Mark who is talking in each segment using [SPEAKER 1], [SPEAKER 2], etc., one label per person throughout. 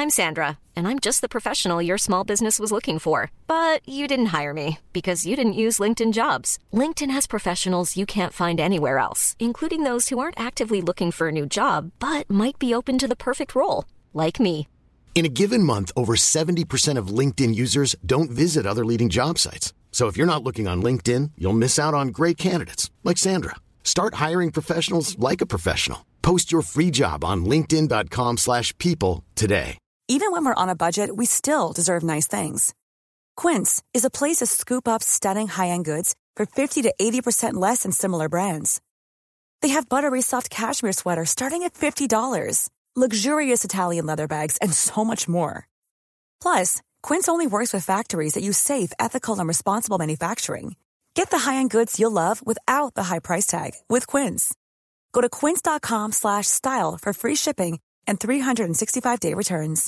[SPEAKER 1] I'm Sandra, and I'm just the professional your small business was looking for. But you didn't hire me because you didn't use LinkedIn Jobs. LinkedIn has professionals you can't find anywhere else, including those who aren't actively looking for a new job, but might be open to the perfect role, like me.
[SPEAKER 2] In a given month, over 70% of LinkedIn users don't visit other leading job sites. So if you're not looking on LinkedIn, you'll miss out on great candidates like Sandra. Start hiring professionals like a professional. Post your free job on linkedin.com/people today.
[SPEAKER 3] Even when we're on a budget, we still deserve nice things. Quince is a place to scoop up stunning high-end goods for 50 to 80% less than similar brands. They have buttery soft cashmere sweaters starting at $50, luxurious Italian leather bags, and so much more. Plus, Quince only works with factories that use safe, ethical, and responsible manufacturing. Get the high-end goods you'll love without the high price tag with Quince. Go to quince.com/style for free shipping and 365-day returns.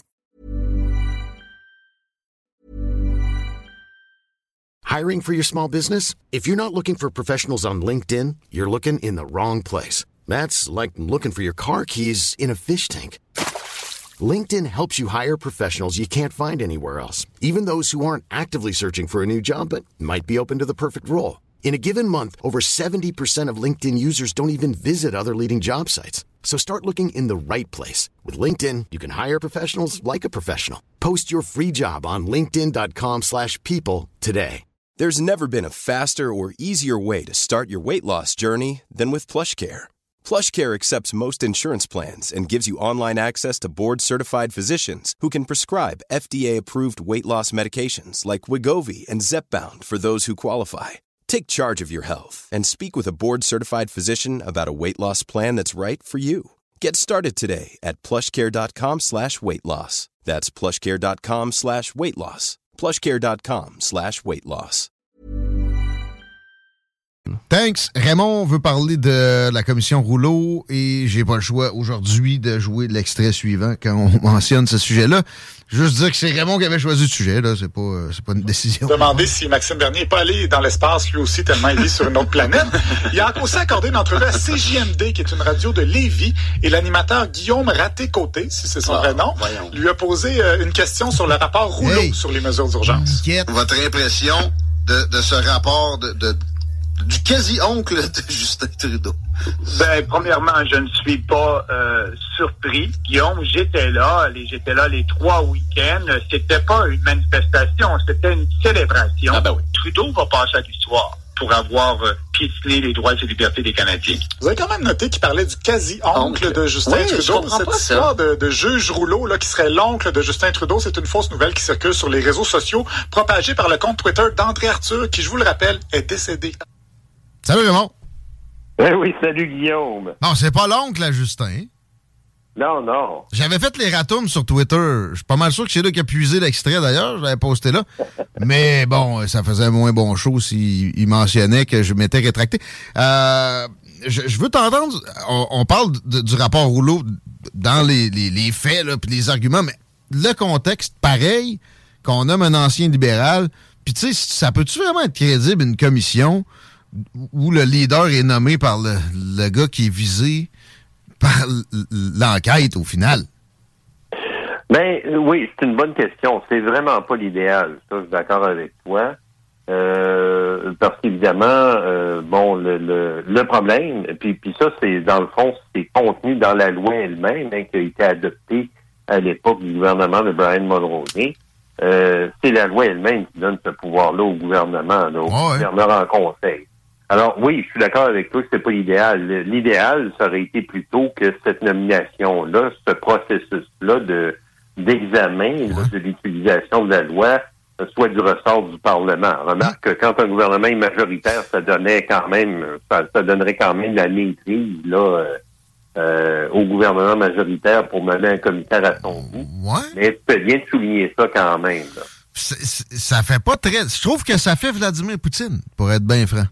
[SPEAKER 2] Hiring for your small business? If you're not looking for professionals on LinkedIn, you're looking in the wrong place. That's like looking for your car keys in a fish tank. LinkedIn helps you hire professionals you can't find anywhere else, even those who aren't actively searching for a new job but might be open to the perfect role. In a given month, over 70% of LinkedIn users don't even visit other leading job sites. So start looking in the right place. With LinkedIn, you can hire professionals like a professional. Post your free job on linkedin.com/people today.
[SPEAKER 4] There's never been a faster or easier way to start your weight loss journey than with PlushCare. PlushCare accepts most insurance plans and gives you online access to board-certified physicians who can prescribe FDA-approved weight loss medications like Wegovy and Zepbound for those who qualify. Take charge of your health and speak with a board-certified physician about a weight loss plan that's right for you. Get started today at plushcare.com/weight loss. That's plushcare.com/weight loss. plushcare.com/weight loss.
[SPEAKER 5] Thanks. Raymond veut parler de la commission Rouleau et j'ai pas le choix aujourd'hui de jouer l'extrait suivant quand on mentionne ce sujet-là. Juste dire que c'est Raymond qui avait choisi le sujet, là. C'est pas une décision.
[SPEAKER 6] Demander si Maxime Bernier n'est pas allé dans l'espace lui aussi tellement il vit sur une autre planète. Il a aussi accordé une entrevue à CJMD, qui est une radio de Lévis, et l'animateur Guillaume Raté-Côté, si c'est son vrai nom, lui a posé une question sur le rapport Rouleau sur les mesures d'urgence.
[SPEAKER 7] Votre impression de ce rapport du quasi-oncle de Justin Trudeau?
[SPEAKER 8] Ben, premièrement, je ne suis pas surpris. Guillaume, j'étais là les 3 week-ends. C'était pas une manifestation, c'était une célébration.
[SPEAKER 6] Ah ben oui.
[SPEAKER 8] Trudeau va passer à l'histoire pour avoir piétiné les droits et libertés des Canadiens.
[SPEAKER 6] Vous avez quand même noté qu'il parlait du quasi-oncle de Justin Trudeau. Cette histoire de juge Rouleau là, qui serait l'oncle de Justin Trudeau, c'est une fausse nouvelle qui circule sur les réseaux sociaux, propagée par le compte Twitter d'André Arthur, qui, je vous le rappelle, est décédé.
[SPEAKER 5] Salut Raymond.
[SPEAKER 9] Oui, salut Guillaume.
[SPEAKER 5] Non, c'est pas l'oncle à Justin.
[SPEAKER 9] Non.
[SPEAKER 5] J'avais fait les ratums sur Twitter. Je suis pas mal sûr que c'est là qui a puisé l'extrait d'ailleurs. Je l'avais posté là. Mais bon, ça faisait moins bon show s'il mentionnait que je m'étais rétracté. Je veux t'entendre. On parle du rapport Rouleau dans les faits là, puis les arguments, mais le contexte, pareil, qu'on nomme un ancien libéral. Puis tu sais, ça peut-tu vraiment être crédible, une commission où le leader est nommé par le gars qui est visé par l'enquête au final?
[SPEAKER 9] Ben oui, c'est une bonne question. C'est vraiment pas l'idéal. Ça, je suis d'accord avec toi. Parce qu'évidemment, le problème, puis ça, c'est dans le fond, c'est contenu dans la loi elle-même, qui a été adoptée à l'époque du gouvernement de Brian Mulroney. C'est la loi elle-même qui donne ce pouvoir-là au gouvernement, au gouverneur en conseil. Alors oui, je suis d'accord avec toi que c'est pas l'idéal. L'idéal, ça aurait été plutôt que cette nomination-là, ce processus-là d'examen de l'utilisation de la loi soit du ressort du Parlement. Remarque que quand un gouvernement est majoritaire, ça donnerait quand même la maîtrise là au gouvernement majoritaire pour mener un commissaire à son goût. Mais tu peux bien souligner ça quand même. Là.
[SPEAKER 5] Ça fait pas très... Je trouve que ça fait Vladimir Poutine, pour être bien franc.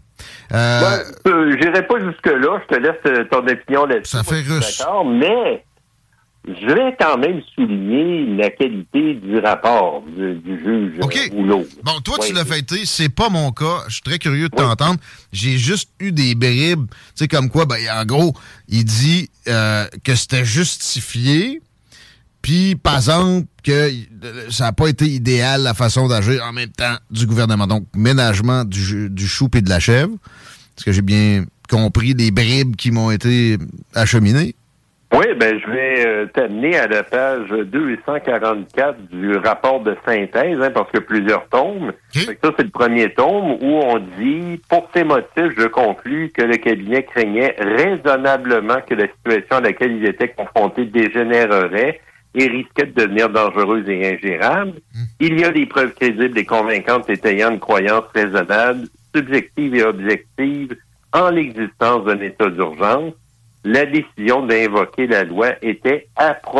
[SPEAKER 9] J'irai pas jusque-là. Je te laisse ton opinion là-dessus.
[SPEAKER 5] Ça fait russe.
[SPEAKER 9] D'accord, mais je vais quand même souligner la qualité du rapport du juge Rouleau.
[SPEAKER 5] Bon, toi, tu l'as fêté. C'est pas mon cas. Je suis très curieux de t'entendre. J'ai juste eu des bribes. Tu sais, comme quoi, en gros, il dit que c'était justifié Puis, par exemple, que ça n'a pas été idéal la façon d'agir en même temps du gouvernement. Donc, ménagement du chou et de la chèvre. Est-ce que j'ai bien compris les bribes qui m'ont été acheminées?
[SPEAKER 9] Oui, je vais t'amener à la page 244 du rapport de synthèse, parce qu'il y a plusieurs tomes.
[SPEAKER 5] Okay.
[SPEAKER 9] Ça, c'est le premier tome où on dit « Pour ces motifs, je conclus que le cabinet craignait raisonnablement que la situation à laquelle il était confronté dégénérerait et risquait de devenir dangereuse et ingérable. Il y a des preuves crédibles et convaincantes étayant une croyance raisonnable, subjective et objective en l'existence d'un état d'urgence. La décision d'invoquer la loi était appropriée. »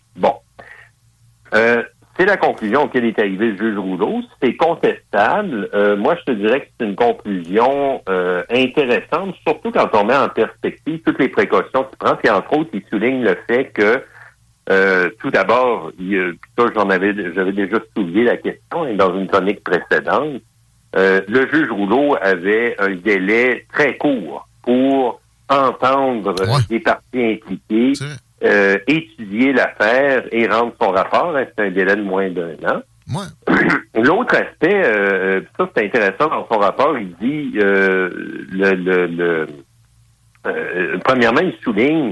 [SPEAKER 9] Bon. C'est la conclusion auquel est arrivé le juge Rouleau. C'est contestable. Moi, je te dirais que c'est une conclusion intéressante, surtout quand on met en perspective toutes les précautions qu'il prend. Puis, entre autres, il souligne le fait que tout d'abord, j'avais déjà soulevé la question dans une chronique précédente. Le juge Rouleau avait un délai très court pour entendre des parties impliquées, étudier l'affaire et rendre son rapport. C'est un délai de moins d'1 an.
[SPEAKER 5] Ouais.
[SPEAKER 9] L'autre aspect, ça c'est intéressant dans son rapport, il dit premièrement, il souligne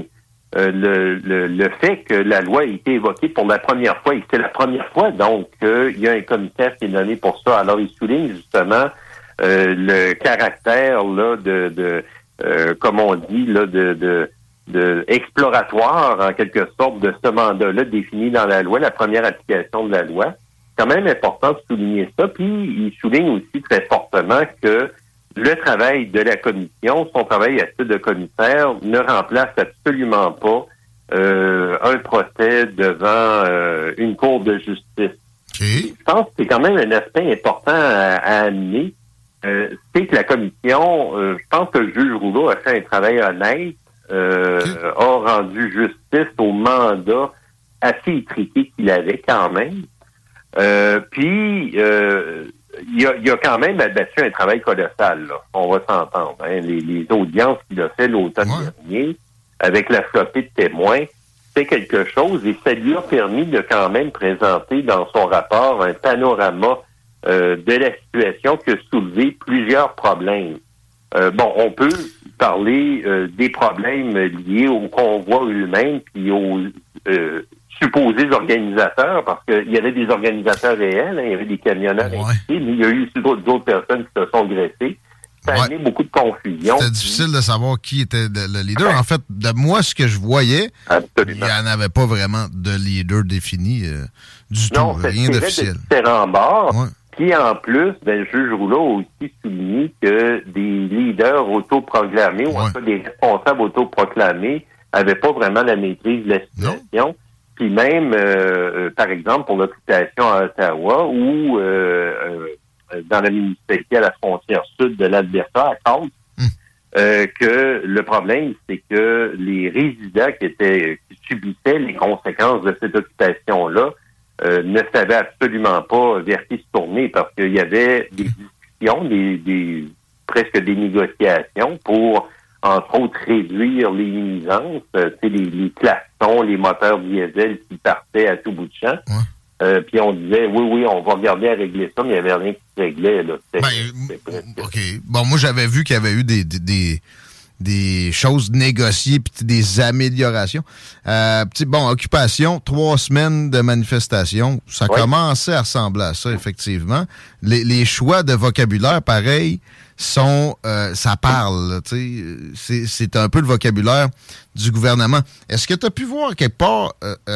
[SPEAKER 9] le fait que la loi a été évoquée pour la première fois, et c'est la première fois, donc il y a un commissaire qui est nommé pour ça. Alors, il souligne justement le caractère là comme on dit, là, de exploratoire, en quelque sorte, de ce mandat-là défini dans la loi, la première application de la loi. C'est quand même important de souligner ça. Puis, il souligne aussi très fortement que le travail de la commission, son travail à titre de commissaire, ne remplace absolument pas un procès devant une cour de justice.
[SPEAKER 5] Okay.
[SPEAKER 9] Je pense que c'est quand même un aspect important à amener. C'est que la commission, je pense que le juge Rouleau a fait un travail honnête, a rendu justice au mandat assez étriqué qu'il avait quand même. Puis, il a quand même abattu un travail colossal, là. On va s'entendre. Hein. Les audiences qu'il a fait l'automne dernier, avec la flopée de témoins, c'est quelque chose et ça lui a permis de quand même présenter dans son rapport un panorama de la situation qui a soulevé plusieurs problèmes. On peut parler des problèmes liés au convoi eux-mêmes puis aux supposés organisateurs, parce qu'il y avait des organisateurs réels, il y avait des camionneurs impliqués, mais il y a eu aussi d'autres personnes qui se sont greffées. Ça a amené beaucoup de confusion.
[SPEAKER 5] C'était difficile de savoir qui était le leader. En fait, de moi, ce que je voyais, il n'y en avait pas vraiment de leader défini du tout, rien d'officiel.
[SPEAKER 9] De différents bords. Ouais. Puis en plus, le juge Rouleau a aussi souligné que des leaders autoproclamés, ou en tout cas des responsables autoproclamés, n'avaient pas vraiment la maîtrise de la situation. Puis même, par exemple, pour l'occupation à Ottawa, ou dans la municipalité à la frontière sud de l'Alberta, à Calgary, que le problème, c'est que les résidents qui subissaient les conséquences de cette occupation-là ne savaient absolument pas vers qui se tourner, parce qu'il y avait des discussions, presque des négociations pour, entre autres, réduire les nuisances, les klaxons, les moteurs diesel qui partaient à tout bout de champ. Puis on disait, oui, on va regarder à régler ça, mais il n'y avait rien qui se réglait. Là.
[SPEAKER 5] OK. Bon, moi, j'avais vu qu'il y avait eu des choses négociées puis des améliorations. Occupation, 3 semaines de manifestation. Ça commençait à ressembler à ça, effectivement. Les choix de vocabulaire, pareil, sont... ça parle, tu sais. C'est un peu le vocabulaire du gouvernement. Est-ce que tu as pu voir quelque part...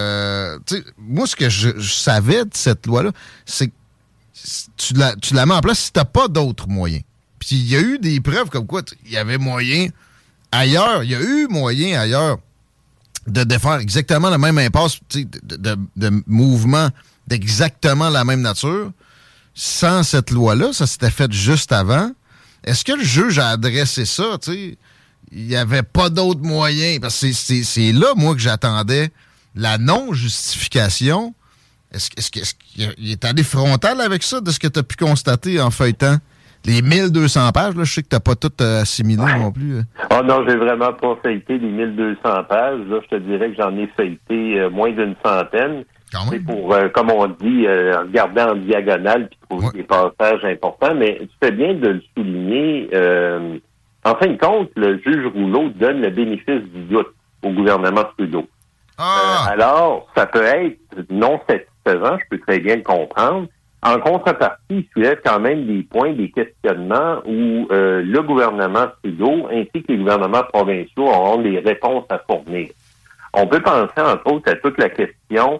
[SPEAKER 5] moi, ce que je savais de cette loi-là, c'est que tu la mets en place si tu n'as pas d'autres moyens. Puis il y a eu des preuves comme quoi il y avait moyen... Ailleurs, il y a eu moyen ailleurs de défaire exactement la même impasse de mouvements d'exactement la même nature. Sans cette loi-là, ça s'était fait juste avant. Est-ce que le juge a adressé ça? Il n'y avait pas d'autres moyens. Parce que c'est là, moi, que j'attendais la non-justification. Est-ce qu'il est allé frontal avec ça, de ce que tu as pu constater en feuilletant les 1200 pages, là, je sais que t'as pas tout assimilé non plus.
[SPEAKER 9] Ah non, j'ai vraiment pas feuilleté les 1200 pages. Là, je te dirais que j'en ai feuilleté moins d'une centaine. C'est pour, comme on dit, regarder en diagonale puis trouver des passages importants. Mais tu fais bien de le souligner. En fin de compte, le juge Rouleau donne le bénéfice du doute au gouvernement Trudeau. Alors, ça peut être non satisfaisant, je peux très bien le comprendre. En contrepartie, il soulève quand même des points, des questionnements où le gouvernement Trudeau ainsi que les gouvernements provinciaux auront des réponses à fournir. On peut penser, entre autres, à toute la question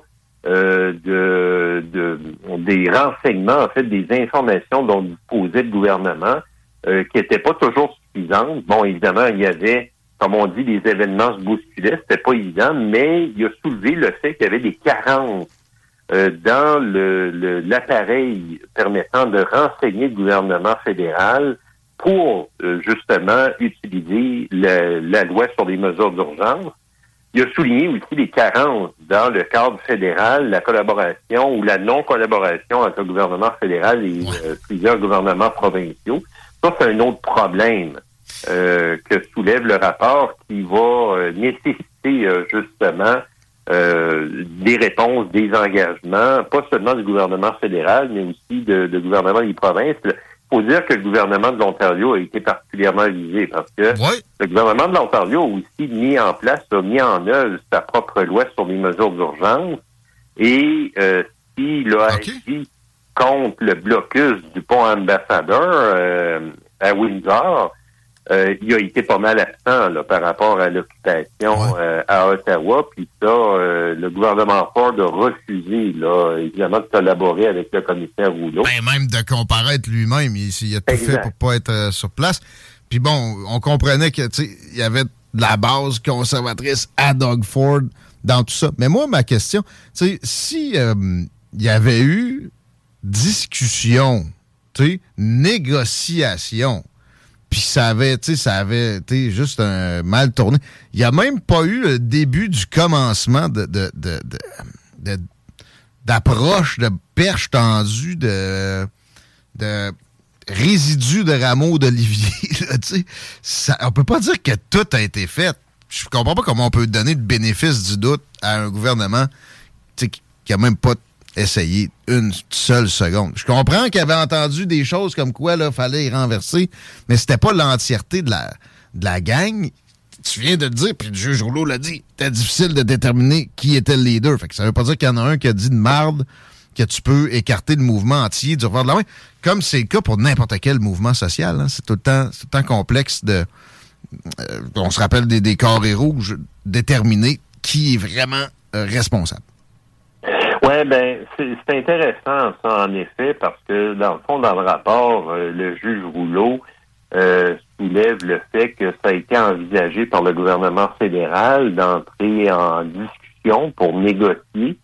[SPEAKER 9] des renseignements, en fait, des informations dont disposait le gouvernement, qui n'étaient pas toujours suffisantes. Bon, évidemment, il y avait, comme on dit, des événements se bousculaient, c'était pas évident, mais il a soulevé le fait qu'il y avait des carences dans l'appareil permettant de renseigner le gouvernement fédéral pour justement utiliser la loi sur les mesures d'urgence. Il a souligné aussi les carences dans le cadre fédéral, la collaboration ou la non-collaboration entre le gouvernement fédéral et plusieurs gouvernements provinciaux. Ça, c'est un autre problème que soulève le rapport qui va nécessiter justement des réponses, des engagements, pas seulement du gouvernement fédéral, mais aussi de gouvernement des provinces. Il faut dire que le gouvernement de l'Ontario a été particulièrement visé parce que le gouvernement de l'Ontario a aussi mis en œuvre sa propre loi sur les mesures d'urgence et s'il a agi contre le blocus du pont Ambassadeur à Windsor, il a été pas mal absent là, par rapport à l'occupation à Ottawa. Puis ça, le gouvernement Ford a refusé, là, évidemment, de collaborer avec le commissaire Rouleau.
[SPEAKER 5] Même de comparaître lui-même. Il a tout fait pour pas être sur place. Puis bon, on comprenait que il y avait de la base conservatrice à Doug Ford dans tout ça. Mais moi, ma question, si il y avait eu discussion, négociation, puis ça avait juste un mal tourné. Il n'y a même pas eu le début du commencement d'approche, de perche tendue, de résidus de rameaux d'olivier. On peut pas dire que tout a été fait. Je comprends pas comment on peut donner le bénéfice du doute à un gouvernement qui a même pas essayé une seule seconde. Je comprends qu'il avait entendu des choses comme quoi il fallait y renverser, mais c'était pas l'entièreté de la gang. Tu viens de le dire, puis le juge Rouleau l'a dit, c'était difficile de déterminer qui était le leader. Fait que ça veut pas dire qu'il y en a un qui a dit de marde que tu peux écarter le mouvement entier du revers de la main, comme c'est le cas pour n'importe quel mouvement social. Hein. C'est tout le temps complexe de... on se rappelle des carrés rouges, déterminer qui est vraiment responsable.
[SPEAKER 9] Oui, c'est intéressant, ça, en effet, parce que, dans le fond, dans le rapport, le juge Rouleau soulève le fait que ça a été envisagé par le gouvernement fédéral d'entrer en discussion pour négocier,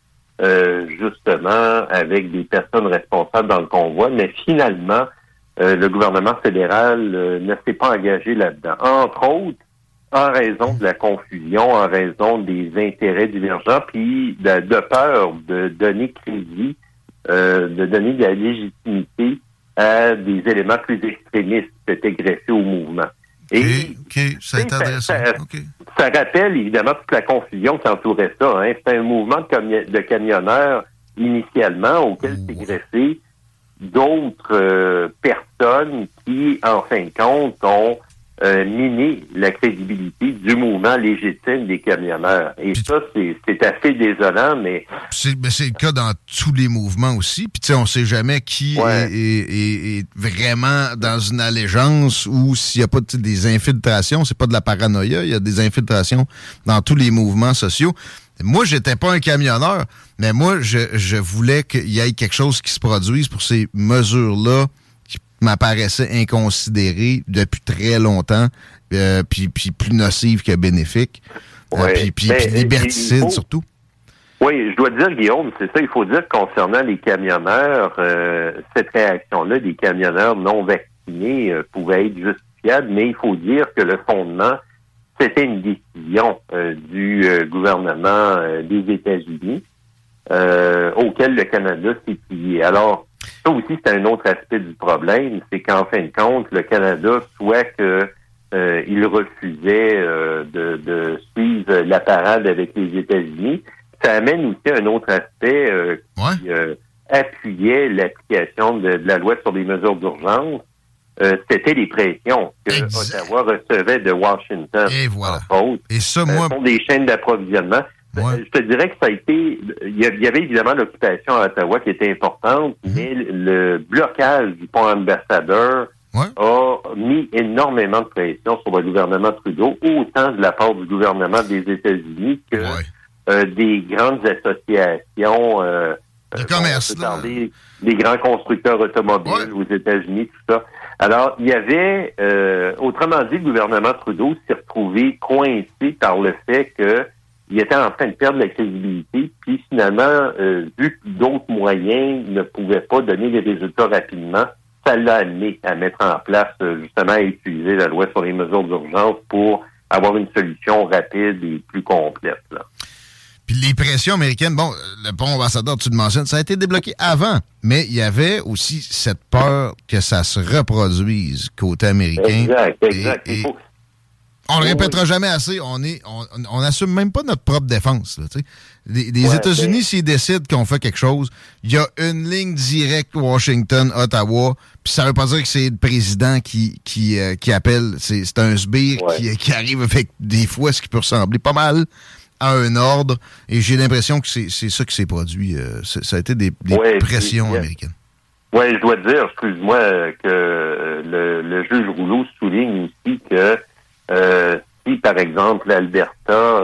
[SPEAKER 9] justement, avec des personnes responsables dans le convoi, mais finalement, le gouvernement fédéral ne s'est pas engagé là-dedans. Entre autres, en raison de la confusion, en raison des intérêts divergents, puis de peur de donner crédit, de donner de la légitimité à des éléments plus extrémistes qui étaient greffés au mouvement. Et
[SPEAKER 5] ça est intéressant.
[SPEAKER 9] Ça rappelle évidemment toute la confusion qui entourait ça. Hein. C'était un mouvement de camionneurs initialement auquel s'est greffé d'autres personnes qui, en fin de compte, ont miné la crédibilité du mouvement légitime des camionneurs. Et ça, c'est assez désolant, mais...
[SPEAKER 5] C'est le cas dans tous les mouvements aussi. Puis, tu sais, on sait jamais qui est vraiment dans une allégeance ou s'il n'y a pas des infiltrations. C'est pas de la paranoïa. Il y a des infiltrations dans tous les mouvements sociaux. Moi, j'étais pas un camionneur, mais moi, je voulais qu'il y ait quelque chose qui se produise pour ces mesures-là m'apparaissait inconsidéré depuis très longtemps, puis plus nocive que bénéfique, puis liberticide surtout.
[SPEAKER 9] Oui, je dois dire, Guillaume, c'est ça, il faut dire que concernant les camionneurs, cette réaction-là des camionneurs non vaccinés pouvait être justifiable, mais il faut dire que le fondement, c'était une décision du gouvernement des États-Unis auquel le Canada s'est plié. Alors, ça aussi, c'est un autre aspect du problème, c'est qu'en fin de compte, le Canada, soit que il refusait de suivre la parade avec les États-Unis, ça amène aussi un autre aspect qui appuyait l'application de la loi sur les mesures d'urgence. C'était les pressions que Ottawa recevait de Washington.
[SPEAKER 5] Et voilà.
[SPEAKER 9] Et ça, moi... sont des chaînes d'approvisionnement. Ouais. Je te dirais que ça a été... Il y avait évidemment l'occupation à Ottawa qui était importante, mais le blocage du pont Ambassadeur a mis énormément de pression sur le gouvernement Trudeau, autant de la part du gouvernement des États-Unis que des grandes associations...
[SPEAKER 5] de commerce,
[SPEAKER 9] des grands constructeurs automobiles aux États-Unis, tout ça. Alors, il y avait, autrement dit, le gouvernement Trudeau s'est retrouvé coincé par le fait qu'il était en train de perdre la crédibilité, puis finalement, vu que d'autres moyens ne pouvaient pas donner les résultats rapidement, ça l'a amené à mettre en place, justement, à utiliser la loi sur les mesures d'urgence pour avoir une solution rapide et plus complète, là.
[SPEAKER 5] Puis les pressions américaines, bon, le pont Ambassadeur, tu le mentionnes, ça a été débloqué avant, mais il y avait aussi cette peur que ça se reproduise côté américain.
[SPEAKER 9] Exact.
[SPEAKER 5] On le répétera jamais assez, on assume même pas notre propre défense. Là, les États-Unis, s'ils décident qu'on fait quelque chose, il y a une ligne directe Washington-Ottawa, puis ça veut pas dire que c'est le président qui appelle, c'est un sbire qui arrive avec des fois ce qui peut ressembler pas mal à un ordre, et j'ai l'impression que c'est ça qui s'est produit. Ça a été des pressions américaines.
[SPEAKER 9] Oui, je dois dire, excuse-moi, que le juge Rouleau souligne aussi que si, par exemple, l'Alberta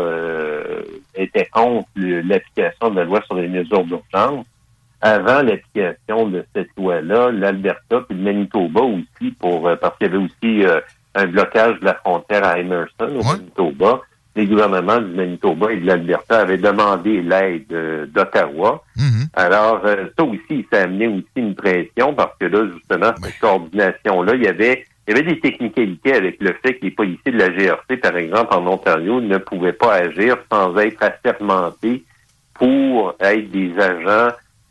[SPEAKER 9] était contre l'application de la loi sur les mesures d'urgence, avant l'application de cette loi-là, l'Alberta puis le Manitoba aussi, parce qu'il y avait aussi un blocage de la frontière à Emerson au Manitoba, les gouvernements du Manitoba et de l'Alberta avaient demandé l'aide d'Ottawa. Alors, ça aussi, ça a amené aussi une pression parce que là, justement, cette coordination-là, il y avait des technicalités avec le fait que les policiers de la GRC, par exemple, en Ontario, ne pouvaient pas agir sans être assermentés pour être des agents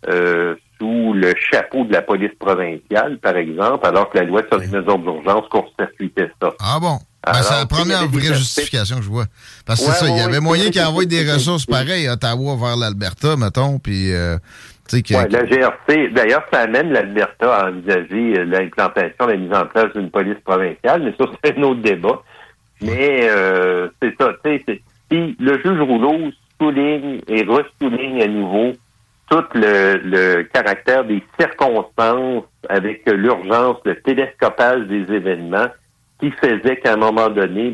[SPEAKER 9] sous le chapeau de la police provinciale, par exemple, alors que la loi sur les mesures d'urgence court-circuitait ça.
[SPEAKER 5] Ah bon? Ben, c'est la première vraie justification que je vois. Parce que c'est ça, il y avait moyen qu'ils envoient des ressources pareilles à Ottawa vers l'Alberta, mettons, puis...
[SPEAKER 9] la GRC, d'ailleurs, ça amène l'Alberta à envisager l'implantation, la mise en place d'une police provinciale, mais ça, c'est un autre débat. Mais c'est ça, tu sais, puis le juge Rouleau souligne et ressouligne à nouveau tout le caractère des circonstances avec l'urgence, le télescopage des événements qui faisait qu'à un moment donné,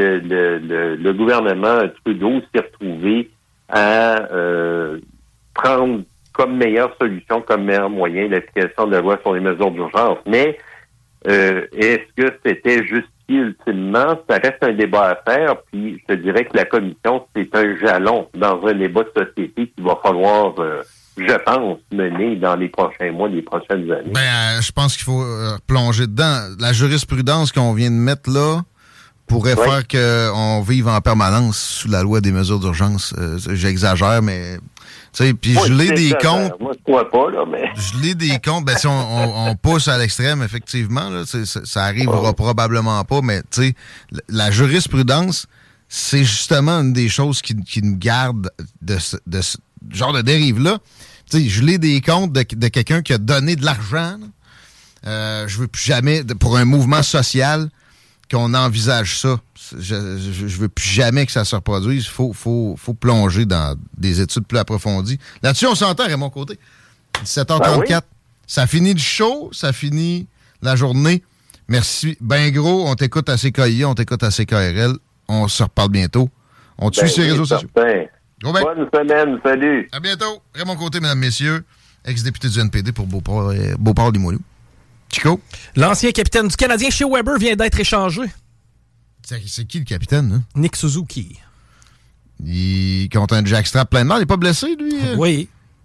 [SPEAKER 9] le gouvernement Trudeau s'est retrouvé à prendre comme meilleure solution, comme meilleur moyen, l'application de la loi sur les mesures d'urgence. Mais est-ce que c'était justifié ultimement? Ça reste un débat à faire, puis je te dirais que la commission, c'est un jalon dans un débat de société qu'il va falloir, je pense, mener dans les prochains mois, les prochaines années.
[SPEAKER 5] Je pense qu'il faut plonger dedans. La jurisprudence qu'on vient de mettre là pourrait faire qu'on vive en permanence sous la loi des mesures d'urgence. J'exagère, mais... Puis je lis des comptes.
[SPEAKER 9] Moi, je crois pas, là, mais.
[SPEAKER 5] Je lis des comptes. Si on pousse à l'extrême, effectivement, là, ça arrivera probablement pas, mais la jurisprudence, c'est justement une des choses qui nous garde de ce genre de dérive-là. Je lis des comptes de quelqu'un qui a donné de l'argent. Je veux plus jamais, pour un mouvement social, qu'on envisage ça. Je veux plus jamais que ça se reproduise. Faut plonger dans des études plus approfondies. Là-dessus, on s'entend, Raymond Côté. 17h34. Ça finit le show, ça finit la journée. Merci. Ben gros, on t'écoute à CKIA, on t'écoute à CKRL. On se reparle bientôt. On te suit sur les réseaux sociaux.
[SPEAKER 9] Bonne semaine, salut.
[SPEAKER 5] À bientôt. Raymond Côté, mesdames, messieurs, ex-député du NPD pour Beauport-Limoilou. Chico?
[SPEAKER 10] L'ancien capitaine du Canadien chez Weber vient d'être échangé.
[SPEAKER 5] C'est qui le capitaine? Hein?
[SPEAKER 10] Nick Suzuki.
[SPEAKER 5] Il compte un jackstrap plein de mal. Il n'est pas blessé, lui?
[SPEAKER 10] Oui.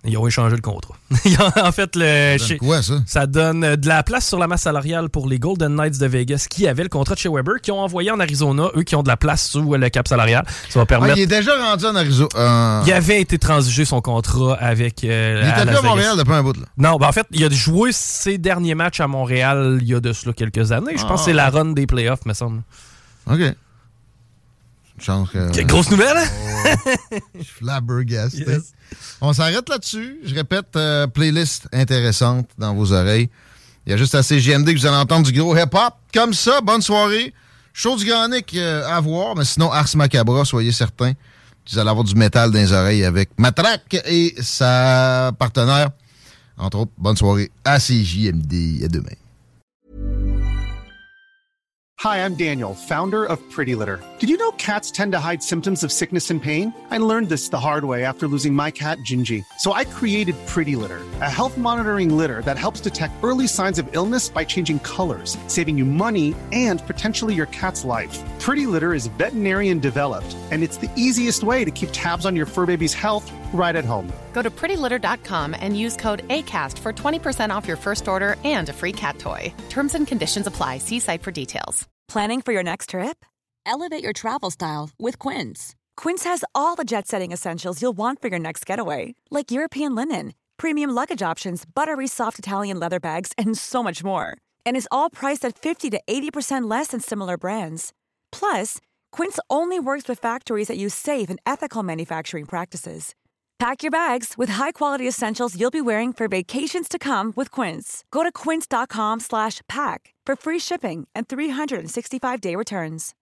[SPEAKER 10] Ils ont échangé le contrat. En fait,
[SPEAKER 5] quoi, ça?
[SPEAKER 10] Ça donne de la place sur la masse salariale pour les Golden Knights de Vegas qui avaient le contrat de chez Weber, qui ont envoyé en Arizona, eux qui ont de la place sous le cap salarial. Ça va permettre...
[SPEAKER 5] il est déjà rendu en Arizona.
[SPEAKER 10] Il avait été transigé son contrat avec...
[SPEAKER 5] il était plus à Montréal depuis un bout, là.
[SPEAKER 10] Non, en fait, il a joué ses derniers matchs à Montréal il y a de cela quelques années. Je pense que c'est la run des playoffs, me semble.
[SPEAKER 5] OK. Chance que...
[SPEAKER 10] Quelle grosse nouvelle, hein?
[SPEAKER 5] Je suis flabbergasté. Yes. On s'arrête là-dessus. Je répète, playlist intéressante dans vos oreilles. Il y a juste à CJMD que vous allez entendre du gros hip-hop. Comme ça, bonne soirée. Show du Grand Nick à voir, mais sinon, Ars Macabra, soyez certains. Vous allez avoir du métal dans les oreilles avec Matraque et sa partenaire. Entre autres, bonne soirée à CJMD. À demain.
[SPEAKER 11] Hi, I'm Daniel, founder of Pretty Litter. Did you know cats tend to hide symptoms of sickness and pain? I learned this the hard way after losing my cat, Gingy. So I created Pretty Litter, a health monitoring litter that helps detect early signs of illness by changing colors, saving you money and potentially your cat's life. Pretty Litter is veterinarian developed, and it's the easiest way to keep tabs on your fur baby's health right at home.
[SPEAKER 12] Go to prettylitter.com and use code ACAST for 20% off your first order and a free cat toy. Terms and conditions apply. See site for details.
[SPEAKER 3] Planning for your next trip?
[SPEAKER 13] Elevate your travel style with Quince.
[SPEAKER 3] Quince has all the jet-setting essentials you'll want for your next getaway, like European linen, premium luggage options, buttery soft Italian leather bags, and so much more. And is all priced at 50 to 80% less than similar brands. Plus, Quince only works with factories that use safe and ethical manufacturing practices. Pack your bags with high-quality essentials you'll be wearing for vacations to come with Quince. Go to quince.com/pack for free shipping and 365-day returns.